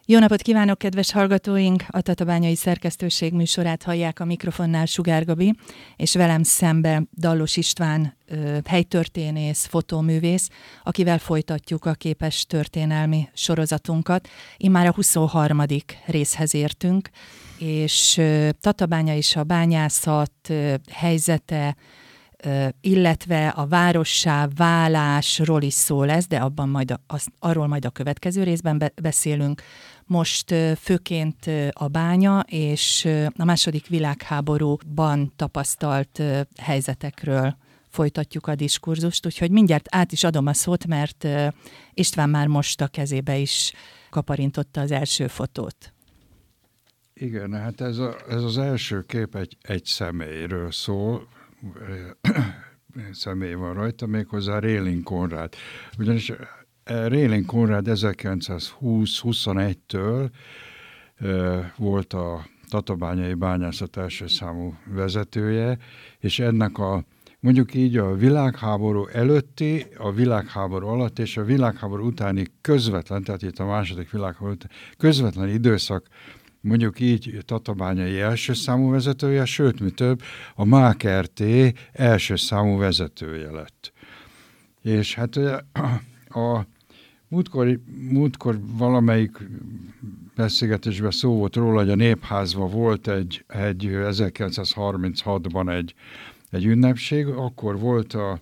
Jó napot kívánok, kedves hallgatóink! A Tatabányai Szerkesztőség műsorát hallják, a mikrofonnál Sugár Gabi, és velem szembe Dallos István, helytörténész, fotóművész, akivel folytatjuk a képes történelmi sorozatunkat. Immár a 23. részhez értünk, és Tatabánya és a bányászat helyzete, illetve a várossá válásról is szó lesz, de arról majd a következő részben beszélünk. Most főként a bánya és a II. Világháborúban tapasztalt helyzetekről folytatjuk a diskurzust, úgyhogy mindjárt át is adom a szót, mert István már most a kezébe is kaparintotta az első fotót. Igen, hát ez az első kép egy személyről szól, személy van rajta, méghozzá Rélin Konrád. Ugyanis Rélin Konrád 1920-21-től volt a tatabányai bányászat első számú vezetője, és ennek mondjuk így a világháború előtti, a világháború alatt és a világháború utáni közvetlen, tehát itt a II. Világháború utáni közvetlen időszak, mondjuk így tatabányai első számú vezetője, sőt, mi több, a MÁK-RT első számú vezetője lett. És hát a múltkor valamelyik beszélgetésben szó volt róla, hogy a Népházban volt egy 1936-ban egy ünnepség, akkor volt a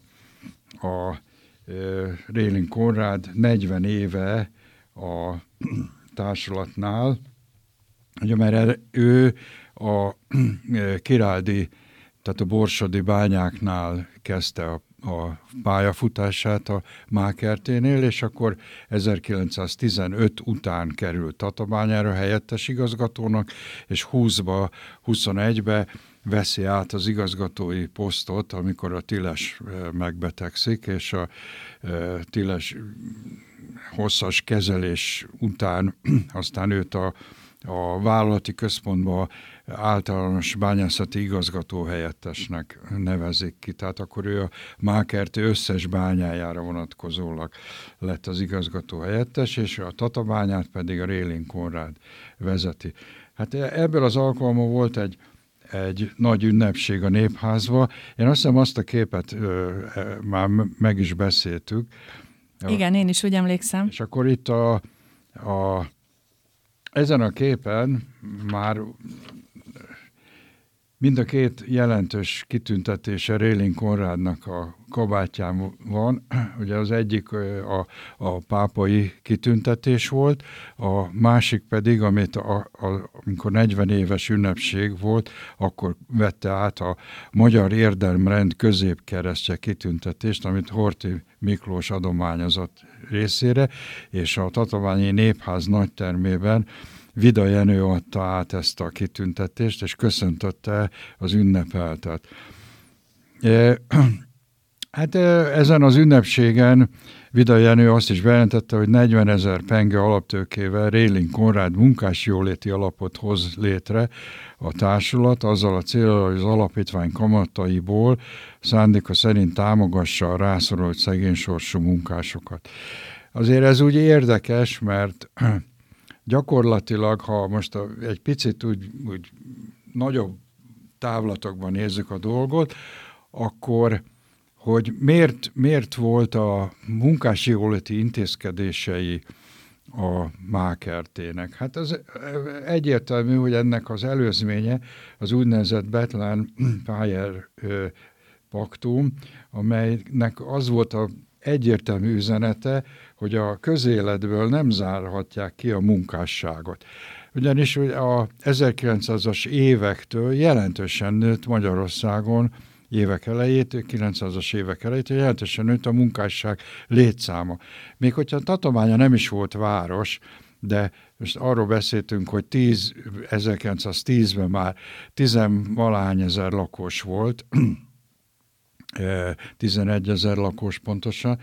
Rélin Konrád 40 éve a társulatnál, ugye, mert ő a Királdi, tehát a borsodi bányáknál kezdte a pályafutását a MÁK-RT-nél, és akkor 1915 után került Tatabányára helyettes igazgatónak, és 21-be veszi át az igazgatói posztot, amikor a Tiles megbetegszik, és a Tiles hosszas kezelés után aztán őt a vállalati központba általános bányászati igazgató helyettesnek nevezik ki. Tehát akkor ő a MÁK-RT összes bányájára vonatkozólag lett az igazgató helyettes, és a Tatabányát pedig a Rélin Konrád vezeti. Hát ebből az alkalommal volt egy nagy ünnepség a Népházba. Én azt hiszem, azt a képet már meg is beszéltük. Igen, én is úgy emlékszem. És akkor itt ezen a képen már mind a két jelentős kitüntetése Rélin Konrádnak a kabátján van. Ugye az egyik a pápai kitüntetés volt, a másik pedig, amit amikor 40 éves ünnepség volt, akkor vette át a Magyar Érdemrend középkeresztje kitüntetést, amit Horthy Miklós adományozott részére, és a Tatabányi Népház nagytermében Vida Jenő adta át ezt a kitüntetést, és köszöntötte az ünnepeltet. Hát ezen az ünnepségen Vida Jenő azt is bejelentette, hogy 40 000 penge alaptőkével Rélin Konrád munkásjóléti alapot hoz létre a társulat, azzal a célral, hogy az alapítvány kamataiból szándéka szerint támogassa a rászorult szegénysorsú munkásokat. Azért ez úgy érdekes, mert gyakorlatilag, ha most egy picit úgy nagyobb távlatokban nézzük a dolgot, akkor hogy miért volt a munkásjóléti intézkedései a MÁK-RT-nek. Hát az egyértelmű, hogy ennek az előzménye az úgynevezett Bethlen-Payer paktum, amelynek az volt a egyértelmű üzenete, hogy a közéletből nem zárhatják ki a munkásságot. Ugyanis a 1900-as évektől jelentősen nőtt Magyarországon évek elejétől, 900-as évek elejétől jelentősen nőtt a munkásság létszáma. Még hogyha Tatabánya nem is volt város, de most arról beszéltünk, hogy 1910-ben már 10-valahány ezer lakos volt, 11 000 lakos pontosan,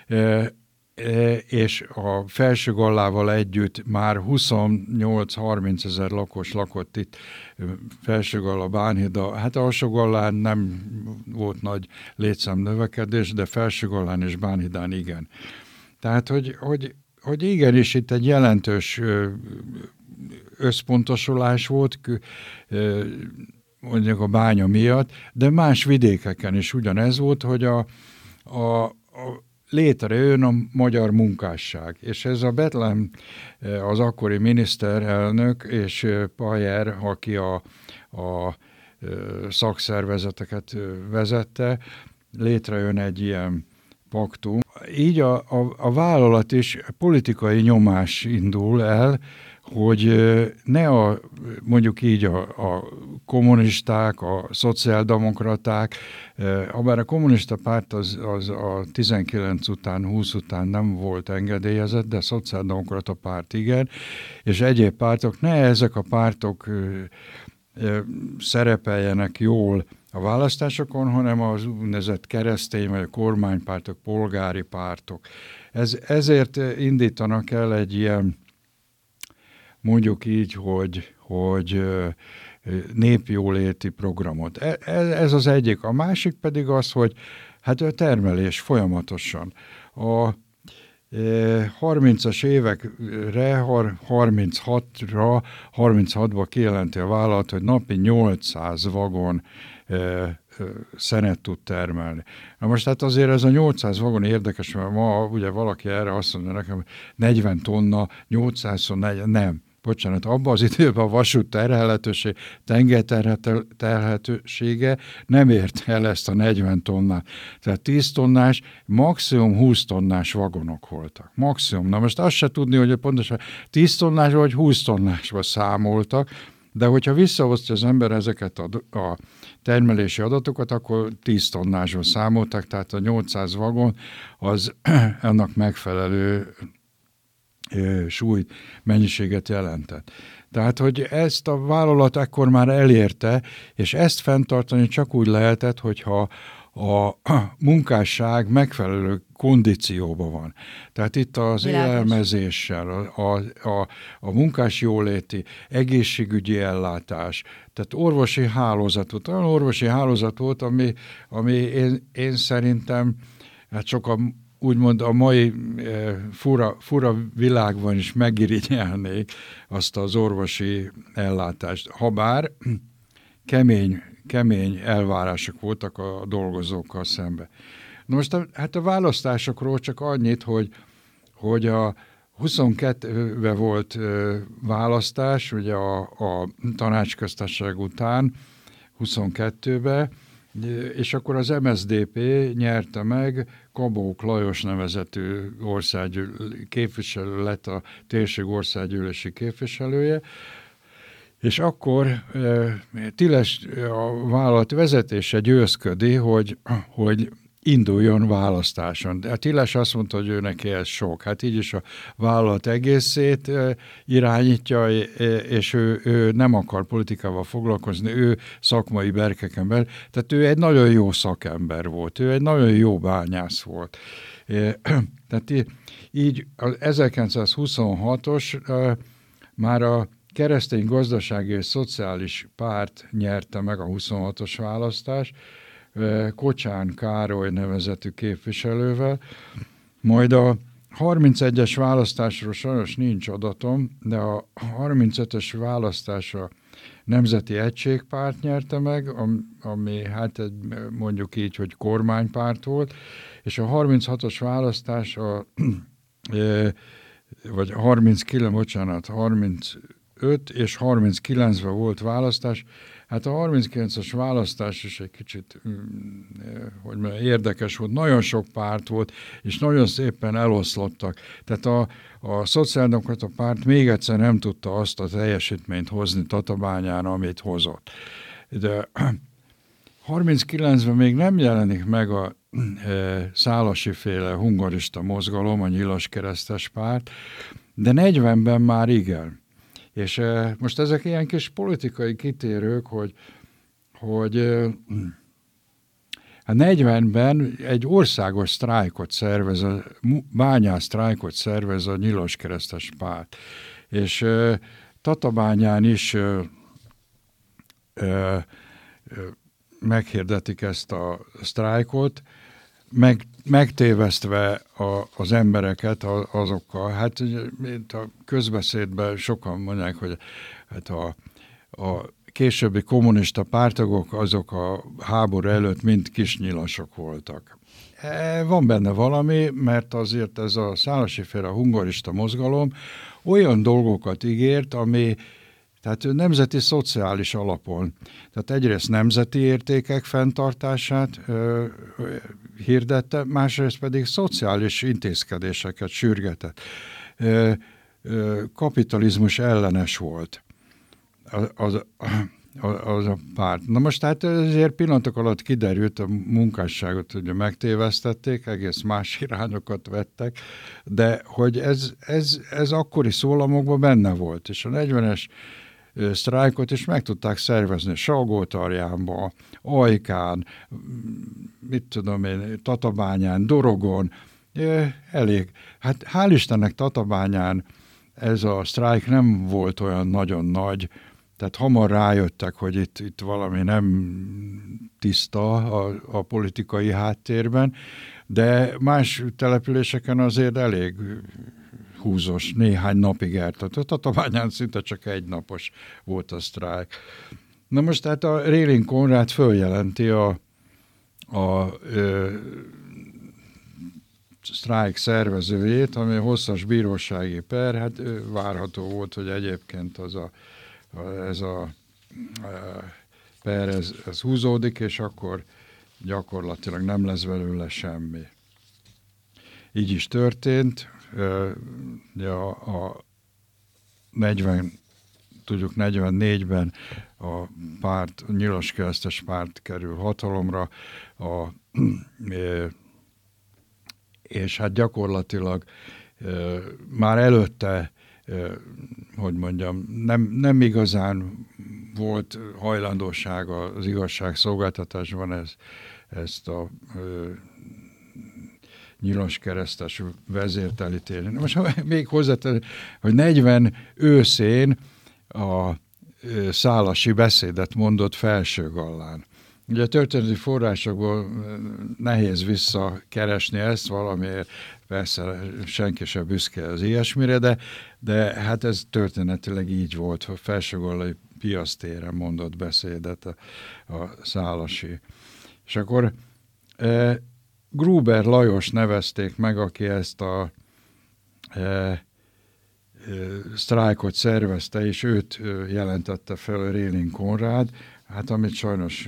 és a Felsőgallával együtt már 28-30 000 lakos lakott itt Felsőgalla, Bánhida. Hát Alsógallán nem volt nagy létszám növekedés, de Felsőgallán és Bánhidán igen. Tehát, hogy hogy igenis itt egy jelentős összpontosulás volt, mondjuk a bánya miatt, de más vidékeken is ugyanez volt, hogy a létrejön a magyar munkásság. És ez a Bethlen, az akkori miniszterelnök és Pajer, aki a szakszervezeteket vezette, létrejön egy ilyen paktum. Így a vállalat is politikai nyomás indul el, hogy ne mondjuk így a kommunisták, a szociáldemokraták, habár a kommunista párt az a 19 után, 20 után nem volt engedélyezett, de a szociáldemokrata párt igen, és egyéb pártok, ne ezek a pártok szerepeljenek jól a választásokon, hanem az úgynevezett keresztény vagy a kormánypártok, polgári pártok. Ezért indítanak el egy ilyen, mondjuk így, hogy népjóléti programot. Ez az egyik. A másik pedig az, hogy hát a termelés folyamatosan. A 30-as évekre, 36-ba kijelenti a vállalat, hogy napi 800 vagon szenet tud termelni. Na most hát azért ez a 800 vagon érdekes, mert ma ugye valaki erre azt mondja nekem, 40 tonna, 800-40, nem. Bocsánat, abban az időben a vasút terhelhetőség, tengerterhelhetősége nem ért el ezt a 40 tonnát. Tehát 10 tonnás, maximum 20 tonnás vagonok voltak. Maximum. Na most azt se tudni, hogy pontosan 10 tonnás vagy 20 tonnásba számoltak, de hogyha visszahozta az ember ezeket a termelési adatokat, akkor 10 tonnásba számoltak, tehát a 800 vagon az annak megfelelő súlyt, mennyiséget jelentett. Tehát, hogy ezt a vállalat ekkor már elérte, és ezt fenntartani csak úgy lehetett, hogyha a munkásság megfelelő kondícióban van. Tehát itt az élelmezéssel, a munkás jóléti, egészségügyi ellátás, tehát orvosi hálózat, olyan orvosi hálózat volt, ami én szerintem hát sokan úgymond a mai fura világban is megirigyelnék azt az orvosi ellátást. Habár kemény elvárások voltak a dolgozókkal szemben. Most hát a választásokról csak annyit, hogy a 22-ben volt választás, ugye a tanácsköztársaság után, 22-ben, és akkor az MSZDP nyerte meg, Kabók Lajos nevezetű képviselő lett a térség országgyűlési képviselője, és akkor Tiles a vállalat vezetése győzködi, hogy induljon választáson. De Tiles azt mondta, hogy ő neki ez sok. Hát így is a vállalat egészét irányítja, és ő nem akar politikával foglalkozni, ő szakmai berkeken belül. Tehát ő egy nagyon jó szakember volt, ő egy nagyon jó bányász volt. Tehát így az 1926-os már a Keresztény Gazdasági és Szociális Párt nyerte meg a 26-os választást, Kocsán Károly nevezetű képviselővel, majd a 31-es választásról sajnos nincs adatom, de a 35-ös választásra Nemzeti Egységpárt nyerte meg, ami hát mondjuk így, hogy kormánypárt volt, és a 36-os választás, vagy 35 és 39-ben volt választás. Hát a 39-es választás is egy kicsit érdekes volt. Nagyon sok párt volt, és nagyon szépen eloszlottak. Tehát a szociáldemokrata párt még egyszer nem tudta azt a teljesítményt hozni Tatabányán, amit hozott. De 39-ben még nem jelenik meg a Szálasi-féle hungarista mozgalom, a Nyilaskeresztes párt, de 40-ben már igen. És most ezek ilyen kis politikai kitérők, hogy a 40-ben egy országos sztrájkot szervez, bányász sztrájkot szervez a Nyilaskeresztes párt. És Tatabányán is meghirdetik ezt a sztrájkot, megtévesztve az embereket azokkal. Hát a közbeszédben sokan mondják, hogy hát a későbbi kommunista pártagok azok a háború előtt mind kisnyilasok voltak. Van benne valami, mert azért ez a szálasi-féle hungarista mozgalom olyan dolgokat ígért, ami tehát nemzeti szociális alapon. Tehát egyrészt nemzeti értékek fenntartását hirdette, másrészt pedig szociális intézkedéseket sürgetett. Kapitalizmus ellenes volt az a párt. Na most hát ezért pillanatok alatt kiderült, a munkásságot ugye megtévesztették, egész más irányokat vettek, de hogy ez akkori szólamokban benne volt, és a 40-es sztrájkot is meg tudták szervezni Salgótarjánba, Ajkán, mit tudom én, Tatabányán, Dorogon, elég. Hát hál' Istennek Tatabányán ez a sztrájk nem volt olyan nagyon nagy, tehát hamar rájöttek, hogy itt valami nem tiszta a politikai háttérben, de más településeken azért elég húzós, néhány napig eltartott. Tatabányán szinte csak egy napos volt a sztrájk. Na most tehát a Réling Konrád följelenti a sztrájk szervezőjét, ami hosszas bírósági per, hát várható volt, hogy egyébként ez a per ez húzódik, és akkor gyakorlatilag nem lesz belőle semmi. Így is történt. A 44-ben a Nyilaskeresztes párt kerül hatalomra, és hát gyakorlatilag már előtte, hogy mondjam, nem igazán volt hajlandóság az igazságszolgáltatásban ezt a nyilaskeresztes vezért elítélni. Most még hozzátenni, hogy 40 őszén a Szálasi beszédet mondott Felsőgallán. Ugye a történeti forrásokból nehéz visszakeresni ezt, valamiért persze senki sem büszke az ilyesmire, de hát ez történetileg így volt, hogy Felsőgallai piasztéren mondott beszédet a Szálasi. És akkor Gruber Lajos nevezték meg, aki ezt a sztrájkot szervezte, és őt jelentette fel Réling Konrád, hát amit sajnos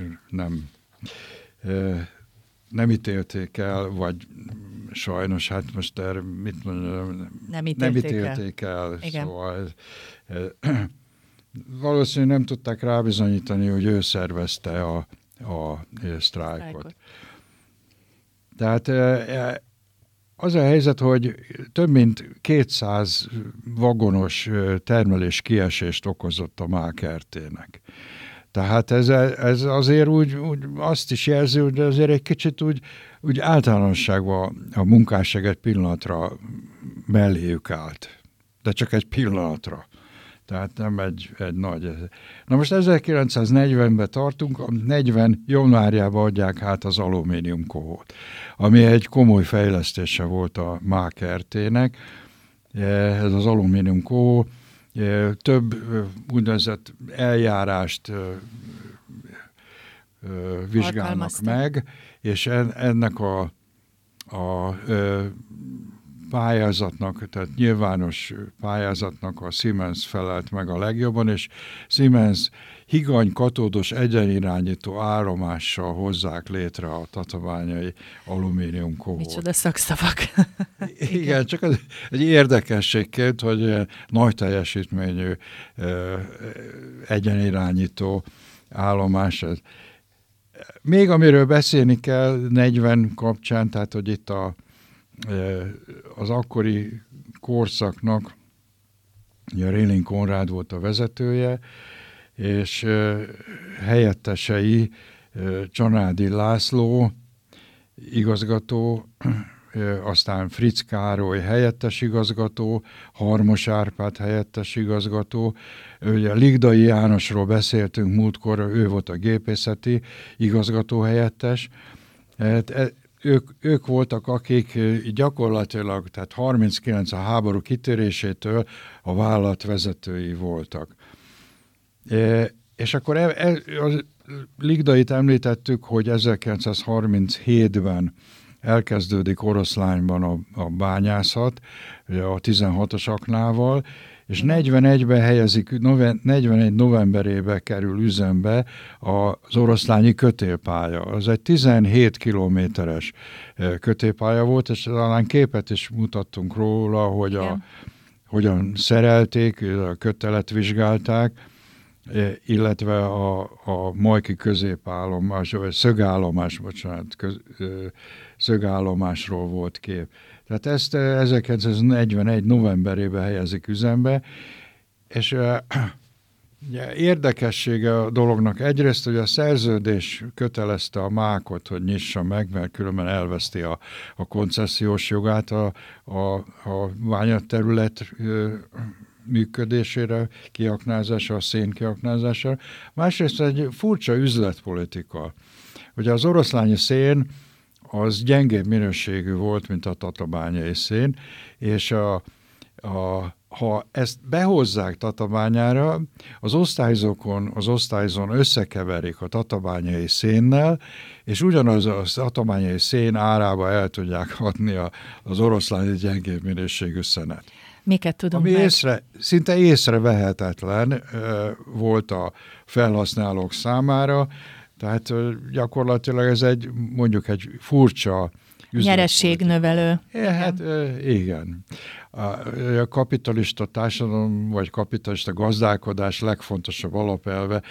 nem ítélték el, vagy sajnos, hát most erre mit mondjam, nem ítélték el. Szóval valószínűleg nem tudták rábizonyítani, hogy ő szervezte a sztrájkot. Tehát az a helyzet, hogy több mint 200 vagonos termelés kiesést okozott a Mákertének. Tehát ez azért úgy azt is jelzi, hogy azért egy kicsit úgy általánosságban a munkásság egy pillanatra melléjük állt. De csak egy pillanatra. Tehát nem egy nagy... Na most 1940-ben tartunk, a 40 januárjában adják át az alumíniumkohót, ami egy komoly fejlesztése volt a Mákertének. Ez az alumíniumkohó több úgynevezett eljárást vizsgálnak meg, és ennek a pályázatnak, tehát nyilvános pályázatnak a Siemens felelt meg a legjobban, és Siemens higany katódos egyenirányító áramással hozzák létre a tatabányai alumíniumkohót. Micsoda szakszavak. Igen, csak egy érdekességként, hogy nagy teljesítményű egyenirányító állomás. Még amiről beszélni kell 40 kapcsán, tehát hogy itt az akkori korszaknak a Réling Konrád volt a vezetője, és helyettesei Csanádi László igazgató, aztán Fritz Károly helyettes igazgató, Harmos Árpád helyettes igazgató, ugye Ligdai Jánosról beszéltünk múltkor, ő volt a gépészeti igazgató helyettes. ők voltak, akik gyakorlatilag, tehát 39 a háború kitörésétől a vállalat vezetői voltak. És akkor a Ligdait említettük, hogy 1937-ben elkezdődik Oroszlányban a bányászat, a 16-os aknával, és 41-ben helyezik, 41 novemberébe kerül üzembe az oroszlányi kötélpálya. Az egy 17 kilométeres kötélpálya volt, és talán képet is mutattunk róla, hogy hogyan szerelték, a kötelet vizsgálták, illetve a Majki középaállomás, vagy szögállomásról volt kép. Tehát ezt 1941 novemberében helyezik üzembe, és érdekessége a dolognak egyrészt, hogy a szerződés kötelezte a mákot, hogy nyissa meg, mert különben elveszti a koncesziós jogát a bányaterület működésére, kiaknázása, a szén kiaknázására. Másrészt egy furcsa üzletpolitika. Ugye az oroszlányi szén az gyengébb minőségű volt, mint a tatabányai szén, és ha ezt behozzák Tatabányára, az osztályzón összekeverik a tatabányai szénnel, és ugyanaz a tatabányai szén árába el tudják adni az oroszlányi gyengébb minőségű szenet. Miket tudunk ami szinte észrevehetetlen volt a felhasználók számára, tehát gyakorlatilag ez mondjuk egy furcsa nyerességnövelő. Hát igen. A kapitalista társadalom, vagy kapitalista gazdálkodás legfontosabb alapelve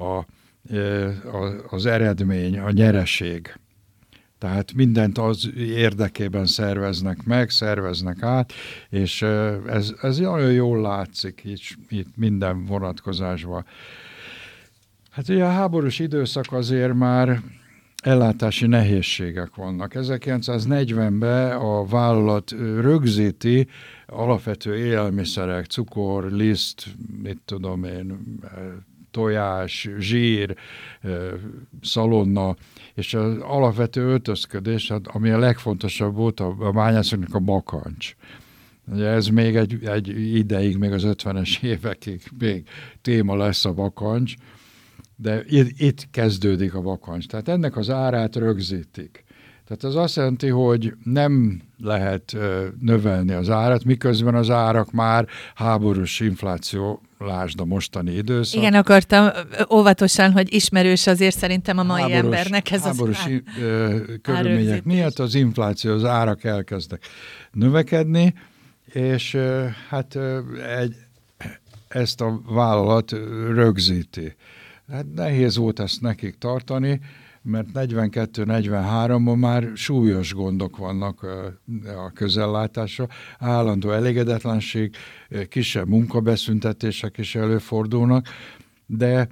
az eredmény, a nyereség. Tehát mindent az érdekében szerveznek át, és ez nagyon jól látszik itt minden vonatkozásban. Hát ugye a háborús időszak azért már ellátási nehézségek vannak. 1940-ben a vállalat rögzíti alapvető élelmiszerek, cukor, liszt, mit tudom én, tojás, zsír, szalonna, és az alapvető öltözködés, ami a legfontosabb volt a bányászoknak a bakancs. Ugye ez még egy ideig, még az 50-es évekig még téma lesz a bakancs, de itt kezdődik a bakancs. Tehát ennek az árát rögzítik. Tehát az azt jelenti, hogy nem lehet növelni az árat, miközben az árak már háborús infláció, lásd a mostani időszak. Igen, akartam óvatosan, hogy ismerős azért szerintem a mai embernek ez háborús körülmények miatt az infláció, az árak elkezdtek növekedni, és hát ezt a vállalat rögzíti. Hát nehéz volt ezt nekik tartani, mert 42-43-ban már súlyos gondok vannak a közellátásra, állandó elégedetlenség, kisebb munkabeszüntetések is előfordulnak, de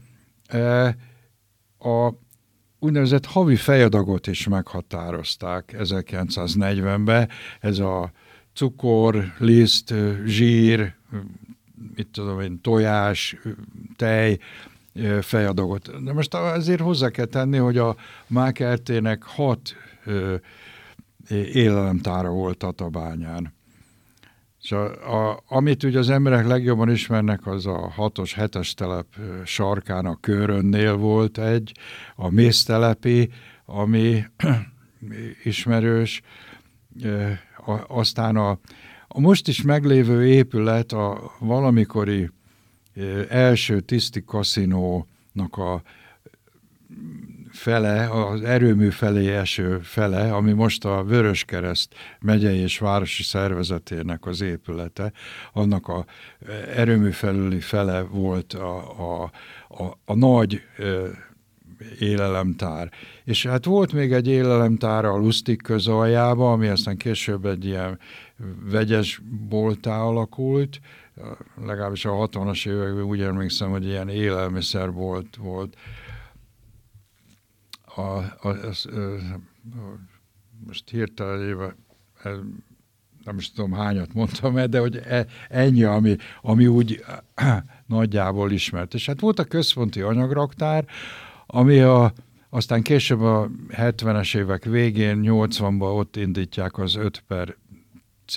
a úgynevezett havi fejadagot is meghatározták 1940-ben, ez a cukor, liszt, zsír, mit tudom én, tojás, tej, fejadagot. De most azért hozzá kell tenni, hogy a mákertének 6 élelemtára volt Tatabányán. És amit ugye az emberek legjobban ismernek, az a 6-os, 7-es telep sarkán a Körönnél volt a méztelepi, ami ismerős, aztán a most is meglévő épület a valamikori első tiszti kaszinónak a fele, az erőmű felé eső fele, ami most a Vöröskereszt megyei és városi szervezetének az épülete, annak a erőmű felüli fele volt a nagy élelemtár. És hát volt még egy élelemtár a Lustig közaljában, ami aztán később egy ilyen vegyes bolttá alakult, legalábbis a 60-as években úgy emlékszem, hogy ilyen élelmiszerbolt volt. Most hirtelen nem is tudom hányat mondtam, de hogy ennyi, ami úgy nagyjából ismert. És hát volt a központi anyagraktár, ami a Aztán később a 70-es évek végén, 80-ban ott indítják az 5/C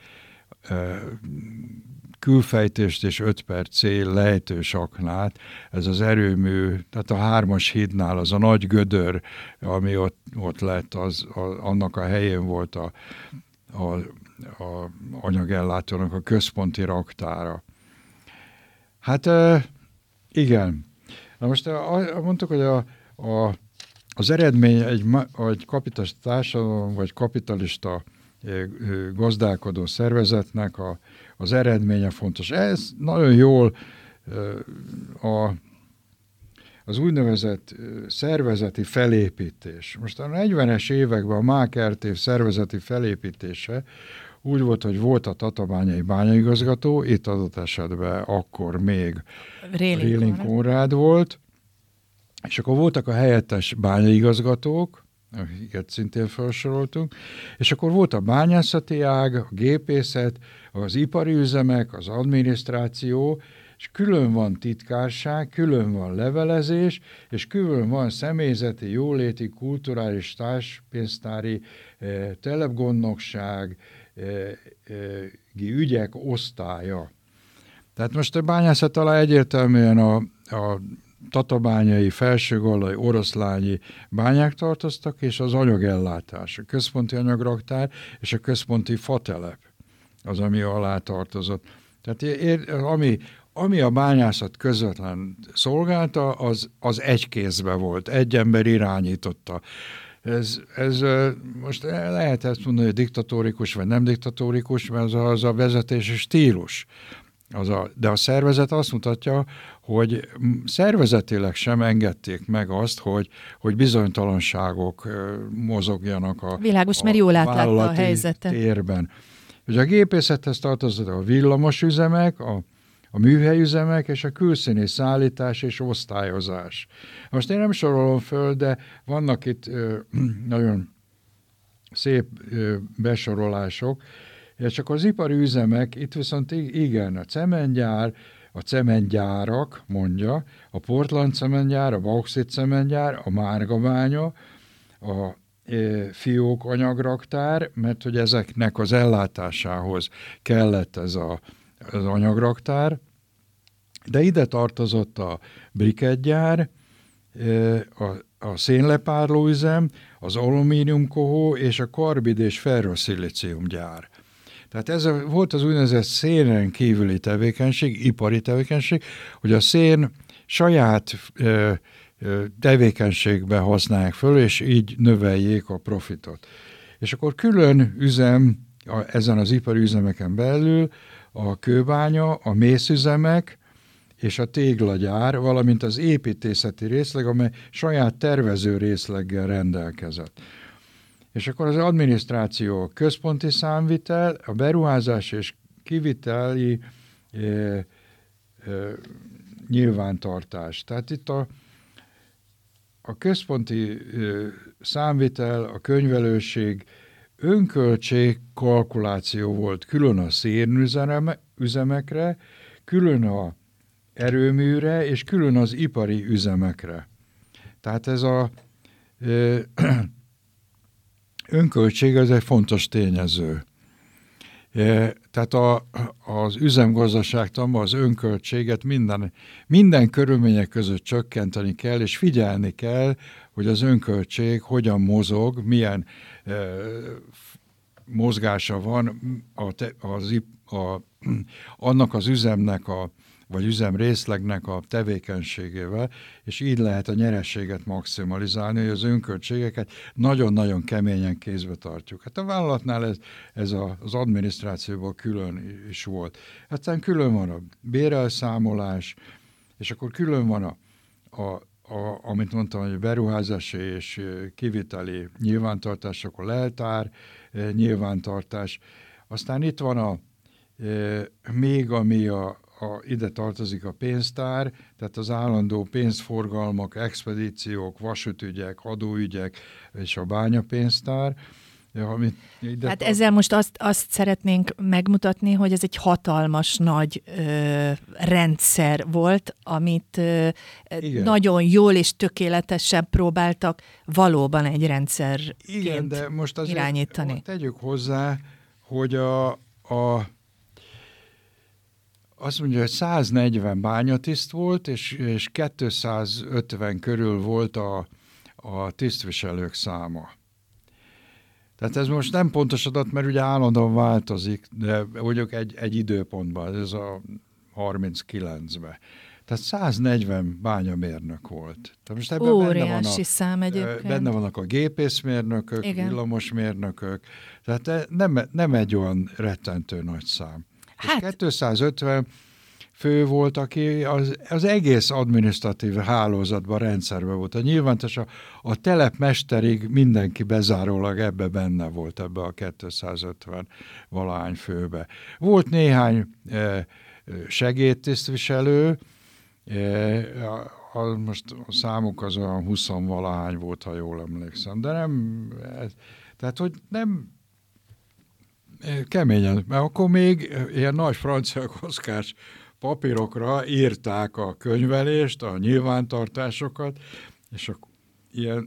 külfejtést és 5/C lejtős aknát. Ez az erőmű, tehát a 3-as hídnál az a nagy gödör, ami ott lett, annak a helyén volt a anyagellátónak a központi raktára. Hát igen. Na most mondtuk, hogy az eredmény egy kapitalista társadalom, vagy kapitalista gazdálkodó szervezetnek az eredménye fontos. Ez nagyon jól az úgynevezett szervezeti felépítés. Most a 40-es években a Máker-terv szervezeti felépítése úgy volt, hogy volt a tatabányai bányaigazgató, itt adott esetben akkor még Réling Konrád volt, és akkor voltak a helyettes bányaigazgatók, akiket szintén felsoroltunk, és akkor volt a bányászati ág, a gépészet, az ipari üzemek, az adminisztráció, és külön van titkárság, külön van levelezés, és külön van személyzeti, jóléti, kulturális, társpénztári, telepgondnokság, ügyek osztálya. Tehát most a bányászat alá egyértelműen a tatabányai, felsőgallai, oroszlányi bányák tartoztak, és az anyagellátás, a központi anyagraktár és a központi fatelep az, ami alá tartozott. Tehát ami a bányászat közvetlen szolgálta, az egy kézbe volt, egy ember irányította. Ez most lehet ezt mondani, hogy diktatórikus vagy nem diktatórikus, mert az a vezetési stílus. De a szervezet azt mutatja, hogy szervezetileg sem engedték meg azt, hogy bizonytalanságok mozogjanak a világos, mert jól átlátta a helyzetet. Térben. Ugye a gépészethez tartozott a villamos üzemek, a műhelyüzemek és a külszíni szállítás és osztályozás. Most én nem sorolom föl, de vannak itt nagyon szép besorolások, és csak az ipari üzemek, itt viszont igen, a cementgyár, a cementgyárak, mondja, a Portland cementgyár, a bauxit cementgyár, a márgabánya, a fiók anyagraktár, mert hogy ezeknek az ellátásához kellett ez az anyagraktár, de ide tartozott a brikettgyár, a szénlepárlóüzem, az alumíniumkohó és a karbid és ferroszilíciumgyár. Tehát ez volt az úgynevezett szénen kívüli tevékenység, ipari tevékenység, hogy a szén saját tevékenységbe használják föl, és így növeljék a profitot. És akkor külön üzem ezen az ipari üzemeken belül a kőbánya, a mészüzemek és a téglagyár, valamint az építészeti részleg, amely saját tervező részleggel rendelkezett. És akkor az adminisztráció, központi számvitel, a beruházás és kiviteli nyilvántartás. Tehát itt a központi számvitel, a könyvelőség, önköltség kalkuláció volt külön a szénüzemekre, külön a erőműre, és külön az ipari üzemekre. Tehát ez a önköltség ez egy fontos tényező. Tehát az üzemgazdaságtanban az önköltséget minden körülmények között csökkenteni kell, és figyelni kell, hogy az önköltség hogyan mozog, milyen mozgása van annak az üzemnek, vagy üzemrészlegnek a tevékenységével, és így lehet a nyerességet maximalizálni, hogy az önköltségeket nagyon-nagyon keményen kézbe tartjuk. Hát a vállalatnál ez az adminisztrációban külön is volt. Aztán külön van a bérelszámolás, és akkor külön van amit mondtam, hogy beruházási és kiviteli nyilvántartás, akkor leltár nyilvántartás. Aztán itt van még ami ide tartozik a pénztár, tehát az állandó pénzforgalmak, expedíciók, vasútügyek, adóügyek és a bányapénztár. Ja, hát ezzel most azt szeretnénk megmutatni, hogy ez egy hatalmas nagy rendszer volt, amit nagyon jól és tökéletesen próbáltak valóban egy rendszerként de most azért irányítani. Tegyük hozzá, hogy azt mondja, hogy 140 bányatiszt volt, és 250 körül volt a tisztviselők száma. Tehát ez most nem pontos adat, mert ugye állandóan változik, de mondjuk egy időpontban, ez a 39-ben. Tehát 140 bányamérnök volt. Tehát most ebben óriási szám egyébként. Benne vannak a gépészmérnökök, igen, villamosmérnökök, tehát nem egy olyan rettentő nagy szám. Hát, és 250 fő volt, aki az egész adminisztratív hálózatban, rendszerben volt. A nyilvántos a telepmesterig mindenki bezárólag ebbe benne volt, ebbe a 250 valahány főbe. Volt néhány segédtisztviselő, most a számuk az olyan 20 valahány volt, ha jól emlékszem, de nem, tehát hogy nem keményen, mert akkor még ilyen nagy francia kockás papírokra írták a könyvelést, a nyilvántartásokat, és ilyen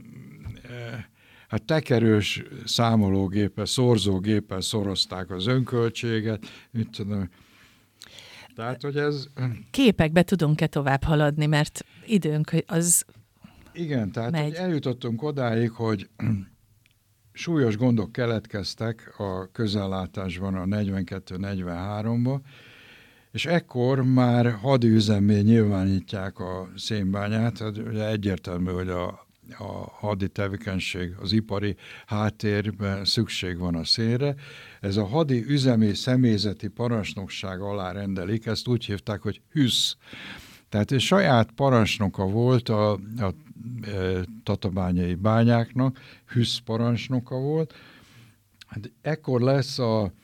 hát tekerős számológéppel, szorzógéppel szorozták az önköltséget, mit tudom. Tehát, hogy ez... Képekbe tudunk-e tovább haladni, mert időnk az igen, tehát megy. eljutottunk odáig, hogy súlyos gondok keletkeztek a közellátásban a 42-43-ban, és ekkor már hadiüzemmé nyilvánítják a szénbányát. Hát ugye egyértelmű, hogy a hadi tevékenység, az ipari háttérben szükség van a szénre. Ez a hadi üzemi személyzeti parancsnokság alá rendelik, ezt úgy hívták, hogy HÜSZ. Tehát egy saját parancsnoka volt a tatabányai bányáknak, HÜSZ parancsnoka volt. Hát ekkor lesz a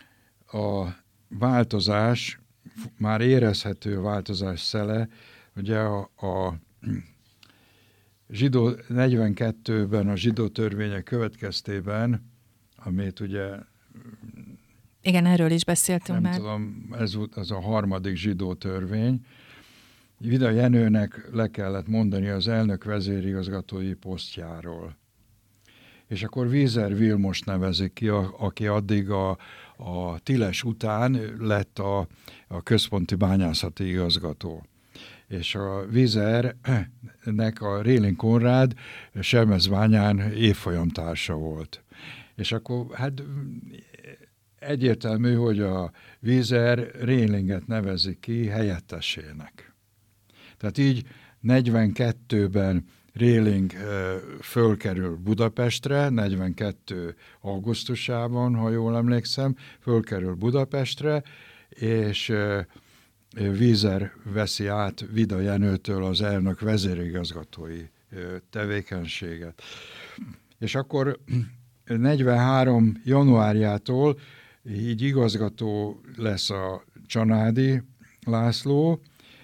változás, már érezhető változás szele, ugye a zsidó 42-ben a zsidó törvények következtében, amit ugye... Igen, erről is beszéltünk nem már. tudom, ez volt az a harmadik zsidó törvény. Vida Jenőnek le kellett mondani az elnök vezérigazgatói posztjáról. És akkor Wieser Vilmos nevezik ki, aki addig a Tiles után lett a központi bányászati igazgató. És a Wiesernek a Réling Konrád Selmecbányán évfolyamtársa volt. És akkor hát egyértelmű, hogy a Wieser Rélinget nevezik ki helyettesének. Tehát így 42-ben Réling fölkerül Budapestre, 42. augusztusában, ha jól emlékszem, fölkerül Budapestre, és Wieser veszi át Vida Jenőtől az elnök vezérigazgatói tevékenységet. És akkor 43. januárjától így igazgató lesz a Csanádi László,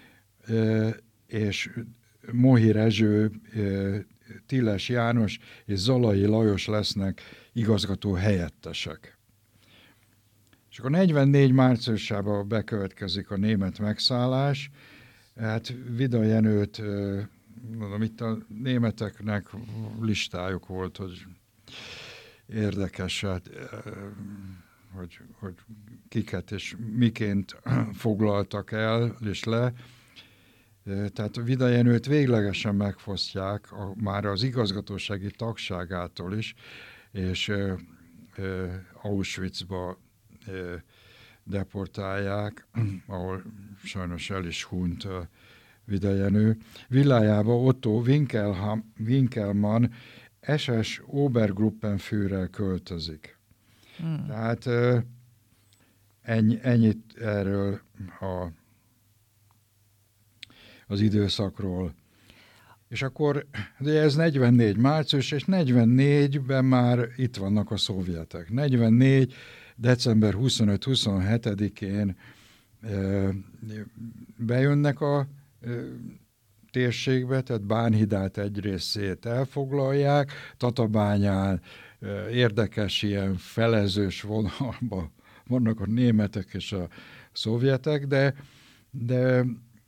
és Mohi Rezső, Tiles János és Zalai Lajos lesznek igazgató helyettesek. És akkor 44 márciusában bekövetkezik a német megszállás. Hát Vida Jenőt, mondom, itt a németeknek listájuk volt, hogy érdekes, hát, hogy kiket és miként foglaltak el és le. Tehát Vida Jenőt véglegesen megfosztják már az igazgatósági tagságától is, és Auschwitzba deportálják, ahol sajnos el is hunyt Vida Jenő. Villájába Otto Winkelmann SS Obergruppenführer költözik. Tehát ennyit erről az időszakról. És akkor de ez 44 március, és 44-ben már itt vannak a szovjetek. 44. december 25-27-én bejönnek a térségbe, tehát Bánhidát egy részét elfoglalják, Tatabányán érdekes, ilyen felezős vonalban vannak a németek és a szovjetek, de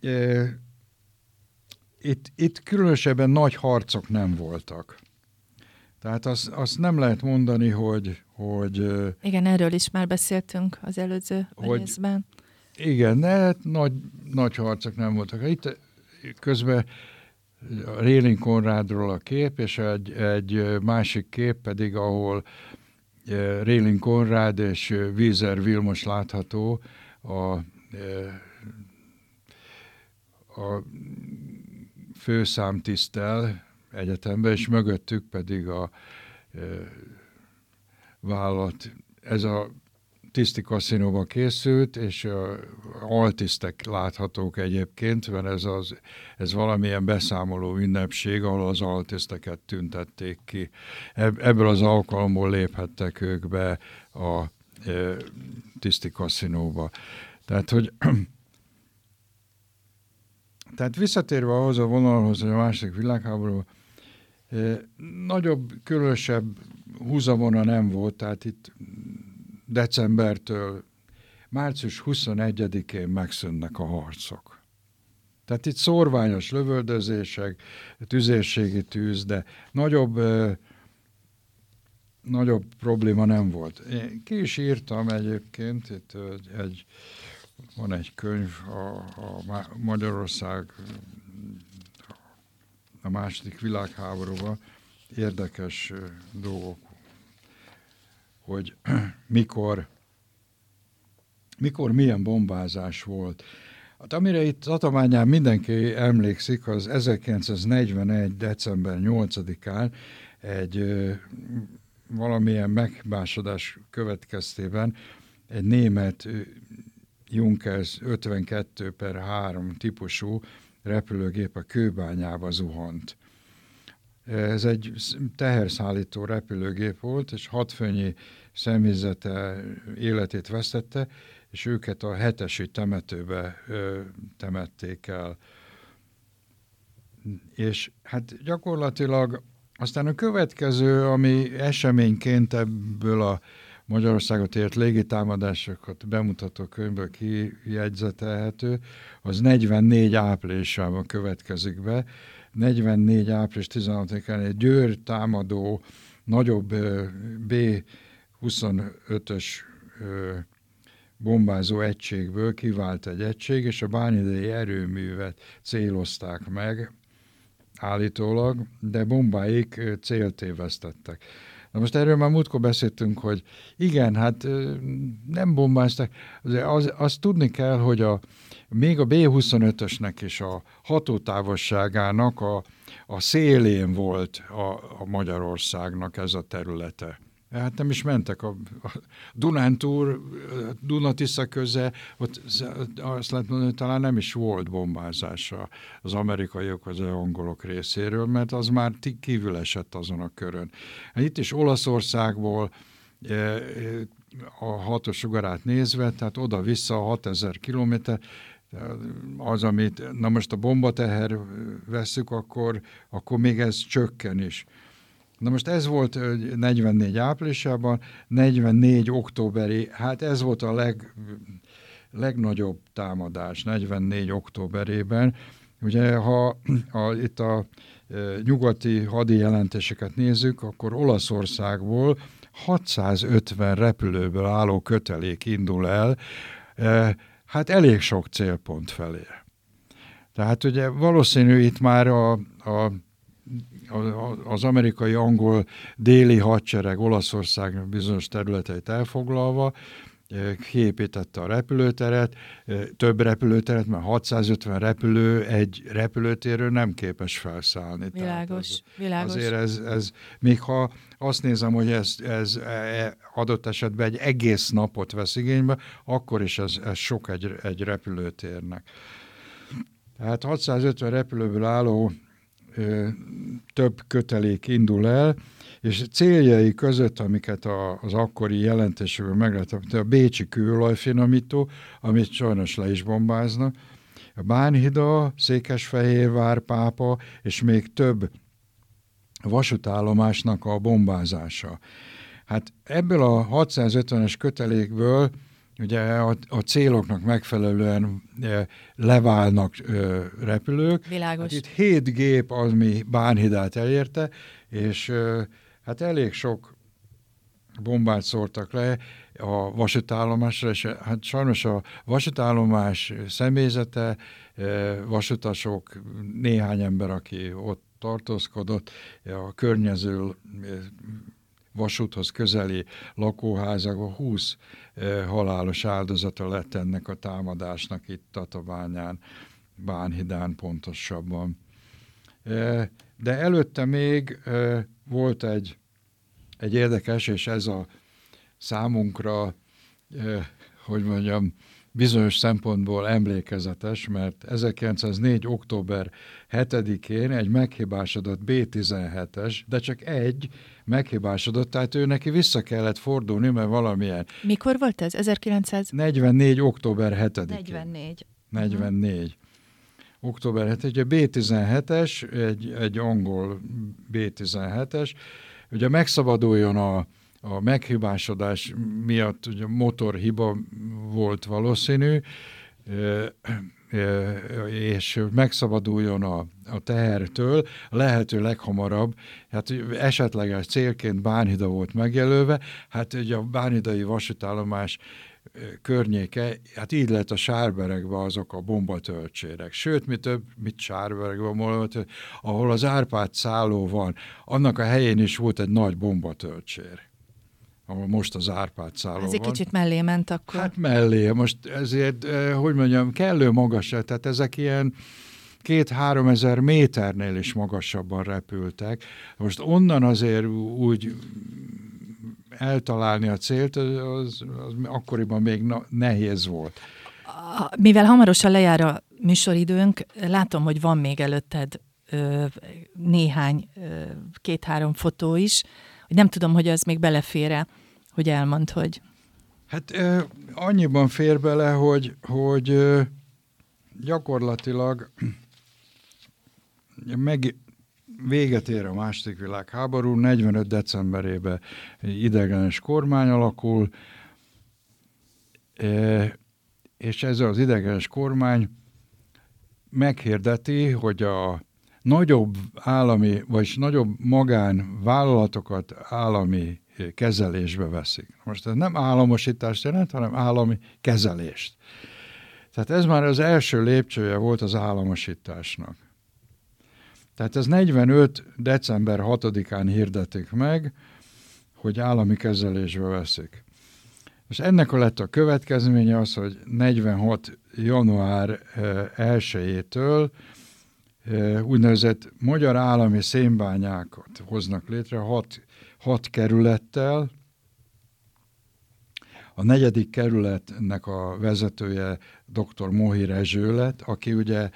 itt különösebben nagy harcok nem voltak. Tehát azt nem lehet mondani, hogy igen, erről is már beszéltünk az előző részben. Igen, de nagy harcok nem voltak. Itt közben Réling Konrádról a kép, és egy másik kép pedig, ahol Réling Konrád és Wieser Vilmos látható a főszámtiszttel egyetemben, és mögöttük pedig a vállalat. Ez a tiszti kaszinóba készült, és altisztek láthatók egyébként, mert ez valamilyen beszámoló ünnepség, ahol az altiszteket tüntették ki. Ebből az alkalomból léphettek ők be a tiszti kaszinóba. Tehát visszatérve ahhoz a vonalhoz, hogy a második világháború nagyobb, különösebb húzavona nem volt, tehát itt decembertől március 21-én megszűnnek a harcok. Tehát itt szórványos lövöldözések, tüzérségi tűz, de nagyobb probléma nem volt. Én ki is írtam egyébként, itt van egy könyv, a Magyarország a második világháborúban, érdekes dolgok, hogy mikor milyen bombázás volt. Hát amire itt Tatabányán mindenki emlékszik, az 1941. december 8-án egy valamilyen megbásodás következtében egy német Junkers 52/3 típusú repülőgép a Kőbányába zuhant. Ez egy teherszállító repülőgép volt, és 6 főnyi személyzete életét vesztette, és őket a hetesi temetőbe temették el. És hát gyakorlatilag aztán a következő, ami eseményként ebből a Magyarországot ért légitámadásokat bemutató könyvből kijegyzetelhető, az 44 áprilisában következik be. 44 április 16-án egy Győr támadó nagyobb B-25-ös bombázó egységből kivált egy egység, és a bányidei erőművet célozták meg állítólag, de bombáik céltévesztettek. Na most erről már múltkor beszéltünk, hogy igen, hát nem bombázták, azt tudni kell, hogy még a B-25-ösnek és a hatótávolságának a szélén volt a Magyarországnak ez a területe. Hát nem is mentek a Dunántúl, Duna-Tisza köze, ott azt lehet mondani, hogy talán nem is volt bombázása az amerikaiak, az angolok részéről, mert az már kívül esett azon a körön. Itt is Olaszországból a 6-os sugarát nézve, tehát oda-vissza 6000 kilométer, az, amit, na most a bombateher vesszük, akkor még ez csökken is. Na most ez volt 44 áprilisában, 44 októberi, hát ez volt a legnagyobb támadás 44 októberében. Ugye, ha itt a nyugati hadi jelentéseket nézzük, akkor Olaszországból 650 repülőből álló kötelék indul el, hát elég sok célpont felé. Tehát ugye valószínű itt már az amerikai angol déli hadsereg Olaszország bizonyos területeit elfoglalva kiépítette a repülőteret, több repülőteret, mert 650 repülő egy repülőtérről nem képes felszállni. Világos. Azért ez, még ha azt nézem, hogy ez adott esetben egy egész napot vesz igénybe, akkor is ez sok egy repülőtérnek. Tehát 650 repülőből álló több kötelék indul el, és céljai között, amiket az akkori jelentésekből megláttak, a bécsi kőolajfinomító, amit sajnos le is bombáznak, a Bánhida, Székesfehérvár, Pápa, és még több vasútállomásnak a bombázása. Hát ebből a 650-es kötelékből ugye a céloknak megfelelően leválnak repülők. Világos. Hát itt 7 gép, ami Bánhidát elérte, és hát elég sok bombát szórtak le a vasútállomásra, és hát sajnos a vasútállomás személyzete, vasutasok, néhány ember, aki ott tartózkodott, a környező vasúthoz közeli lakóházakban 20 halálos áldozata lett ennek a támadásnak itt Tatabányán, Bánhidán pontosabban. De előtte még volt egy érdekes, és ez a számunkra, hogy mondjam, bizonyos szempontból emlékezetes, mert 1904. október 7-én egy meghibásodott B-17-es, de csak egy meghibásodott, tehát ő neki vissza kellett fordulni, mert valamilyen... Mikor volt ez? 44. október 7-én. 44. Október 7, ugye B-17-es, egy angol B-17-es, ugye megszabaduljon a meghibásodás miatt, ugye motorhiba volt valószínű, és megszabaduljon a tehertől a lehető leghamarabb. Hát esetleges célként Bánhida volt megjelölve, hát ugye a bánhidai vasútállomás környéke, hát így lett a Sárberegbe azok a bombatöltsérek. Sőt, mit Sárberegben, ahol az Árpád szálló van, annak a helyén is volt egy nagy bombatöltsér, ahol most az Árpád szálló van. Ez egy kicsit mellé ment akkor. Hát mellé, most ezért, hogy mondjam, kellő magas, tehát ezek ilyen 2-3 ezer méternél is magasabban repültek. Most onnan azért úgy eltalálni a célt, az akkoriban még nehéz volt. Mivel hamarosan lejár a műsoridőnk, látom, hogy van még előtted néhány, 2-3 fotó is, hogy nem tudom, hogy az még belefér-e, hogy elmondd, hogy... Hát annyiban fér bele, hogy gyakorlatilag véget ér a második világháború, 45. decemberében idegenes kormány alakul, és ez az idegenes kormány meghirdeti, hogy a nagyobb állami, vagy nagyobb magánvállalatokat állami kezelésbe veszik. Most ez nem államosítást jelent, hanem állami kezelést. Tehát ez már az első lépcsője volt az államosításnak. Tehát ez 45. december 6-án hirdetik meg, hogy állami kezelésbe veszik. És ennek lett a következménye az, hogy 46. január 1-től úgynevezett magyar állami szénbányákat hoznak létre 6 kerülettel. A 4. kerületnek a vezetője dr. Mohi Rezső lett, aki ugye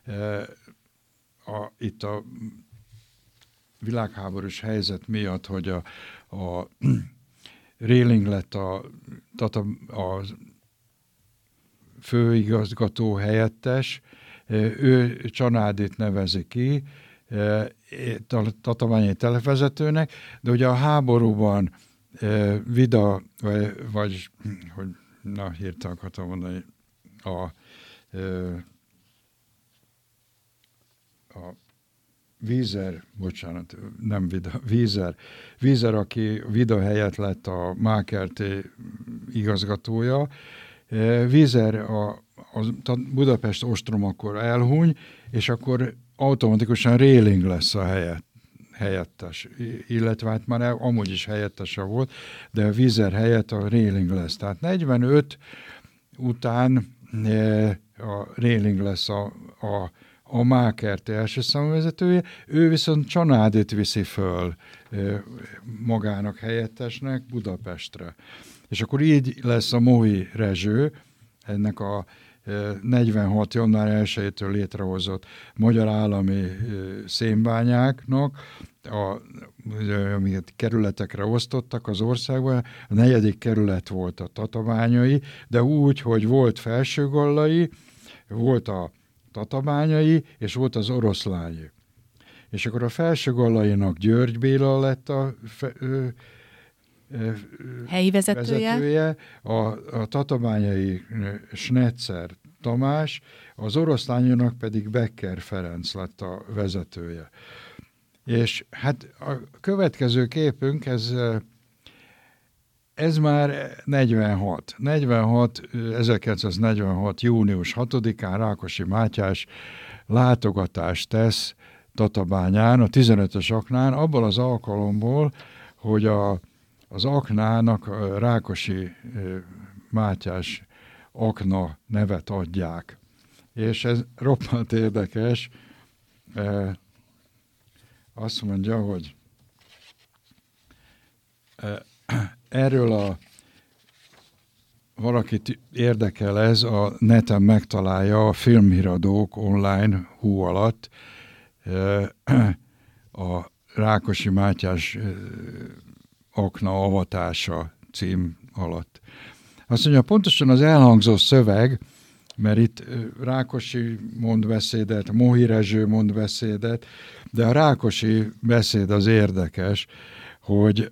itt a világháborús helyzet miatt, hogy a Réling lett a főigazgató helyettes, ő Csanádit nevezi ki tatabányi televezetőnek, de ugye a háborúban Vida, vagy hogy hirtelen akartam mondani, a Vízer, bocsánat, nem Vida, Vízer, aki Vida helyett lett a Mákerté igazgatója. Vízer a Budapest ostrom akkor elhuny, és akkor automatikusan Réling lesz a helyettes, illetve hát már amúgy is helyettese volt, de a Vízer helyett a Réling lesz. Tehát 45 után a Réling lesz a Mákerté első számú vezetője, ő viszont Csanádit viszi föl magának helyettesnek Budapestre. És akkor így lesz a Mohi Rezső, ennek a 46. január 1-től létrehozott magyar állami szénbányáknak, amiket kerületekre osztottak az országban. A 4. kerület volt a tatabányai, de úgy, hogy volt Felsőgallai, volt a tatabányai, és volt az oroszlányi. és akkor a Felsőgallainak György Béla lett a helyi vezetője, a tatabányai Schnetzer Tamás, az Oroszlányonak pedig Becker Ferenc lett a vezetője. És hát a következő képünk, ez már 1946. június 6-án Rákosi Mátyás látogatást tesz Tatabányán, a 15-ös aknán, abból az alkalomból, hogy az aknának a Rákosi Mátyás akna nevet adják. És ez roppant érdekes. Azt mondja, hogy erről valakit érdekel ez, a neten megtalálja a filmhíradók online hú alatt a Rákosi Mátyás akna avatása cím alatt. Azt mondja, pontosan az elhangzó szöveg, mert itt Rákosi mond beszédet, Mohi Rezső mond beszédet, de a Rákosi beszéd az érdekes, hogy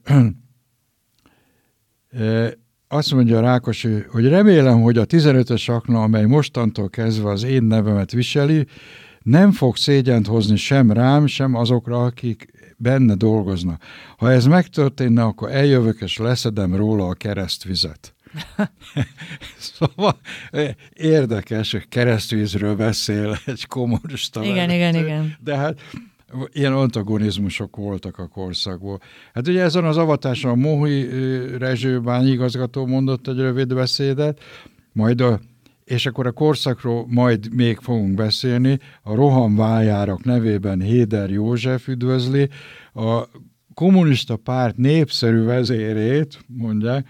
azt mondja Rákosi, hogy remélem, hogy a 15-ös akna, amely mostantól kezdve az én nevemet viseli, nem fog szégyent hozni sem rám, sem azokra, akik benne dolgoznak. Ha ez megtörténne, akkor eljövök és leszedem róla a keresztvizet. Szóval érdekes, hogy keresztvízről beszél egy kommunista. Igen. De hát ilyen antagonizmusok voltak a korszakból. Hát ugye ezen az avatáson a Mohi Rezső bányigazgató mondott egy rövid beszédet, és akkor a korszakról majd még fogunk beszélni. A rohamvájárak nevében Héder József üdvözli a kommunista párt népszerű vezérét, mondják,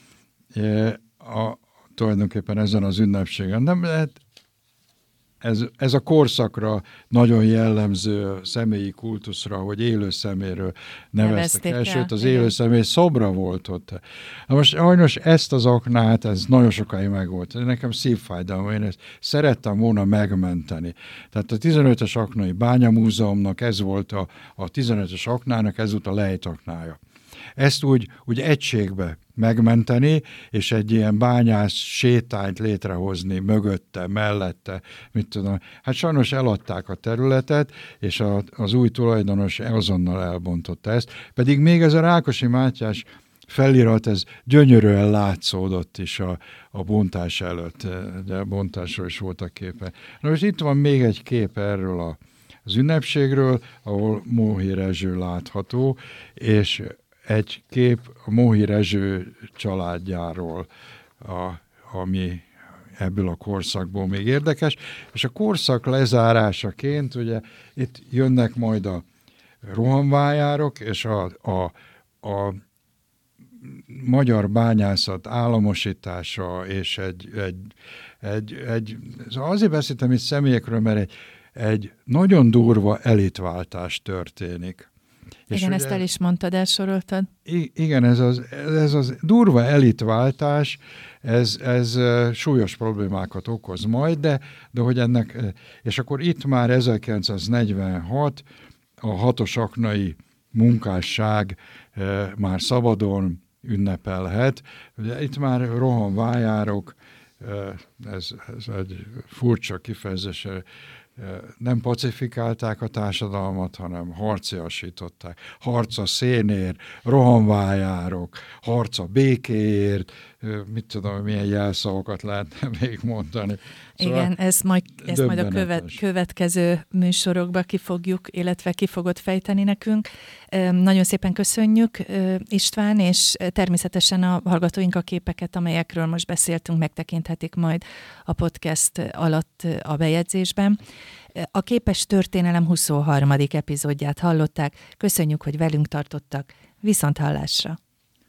tulajdonképpen ezen az ünnepségen. Nem lehet, ez a korszakra nagyon jellemző személyi kultuszra, hogy élő szeméről neveztek el, sőt az élő személy szobra volt ott. Na most sajnos ezt az aknát, ez nagyon sokáig megvolt. Nekem szívfájdalom, én ezt szerettem volna megmenteni. Tehát a 15-ös aknai bányamúzeumnak ez volt a 15-ös aknának, ez volt a lejtaknája. Ezt úgy egységbe megmenteni, és egy ilyen bányász sétányt létrehozni mögötte, mellette, mit tudom. Hát sajnos eladták a területet, és az új tulajdonos azonnal elbontotta ezt. Pedig még ez a Rákosi Mátyás felirat, ez gyönyörűen látszódott is a bontás előtt, de a bontásról is voltak képek. Na most itt van még egy kép erről az ünnepségről, ahol Mohi Rezső látható, és egy kép a Mohi Rezső családjáról, ami ebből a korszakból még érdekes, és a korszak lezárásaként ugye itt jönnek majd a rohamvájárok, és a magyar bányászat államosítása, és azért beszéltem itt személyekről, mert egy nagyon durva elitváltás történik. Igen, ezt el is mondtad, elsoroltad. Igen, ez az durva elitváltás, ez súlyos problémákat okoz majd, de hogy ennek, és akkor itt már 1946 a hatos aknai munkásság már szabadon ünnepelhet. Ugye itt már rohamvájárok, ez egy furcsa kifejezés, nem pacifikálták a társadalmat, hanem harciasították. Harc a szénért, rohamvájárok, harc a békéért, mit tudom, milyen jelszavakat lehetne még mondani. Szóval igen, ezt majd a következő műsorokba kifogjuk, illetve ki fogod fejteni nekünk. Nagyon szépen köszönjük, István, és természetesen a hallgatóink a képeket, amelyekről most beszéltünk, megtekinthetik majd a podcast alatt a bejegyzésben. A Képes Történelem 23. epizódját hallották. Köszönjük, hogy velünk tartottak. Viszonthallásra!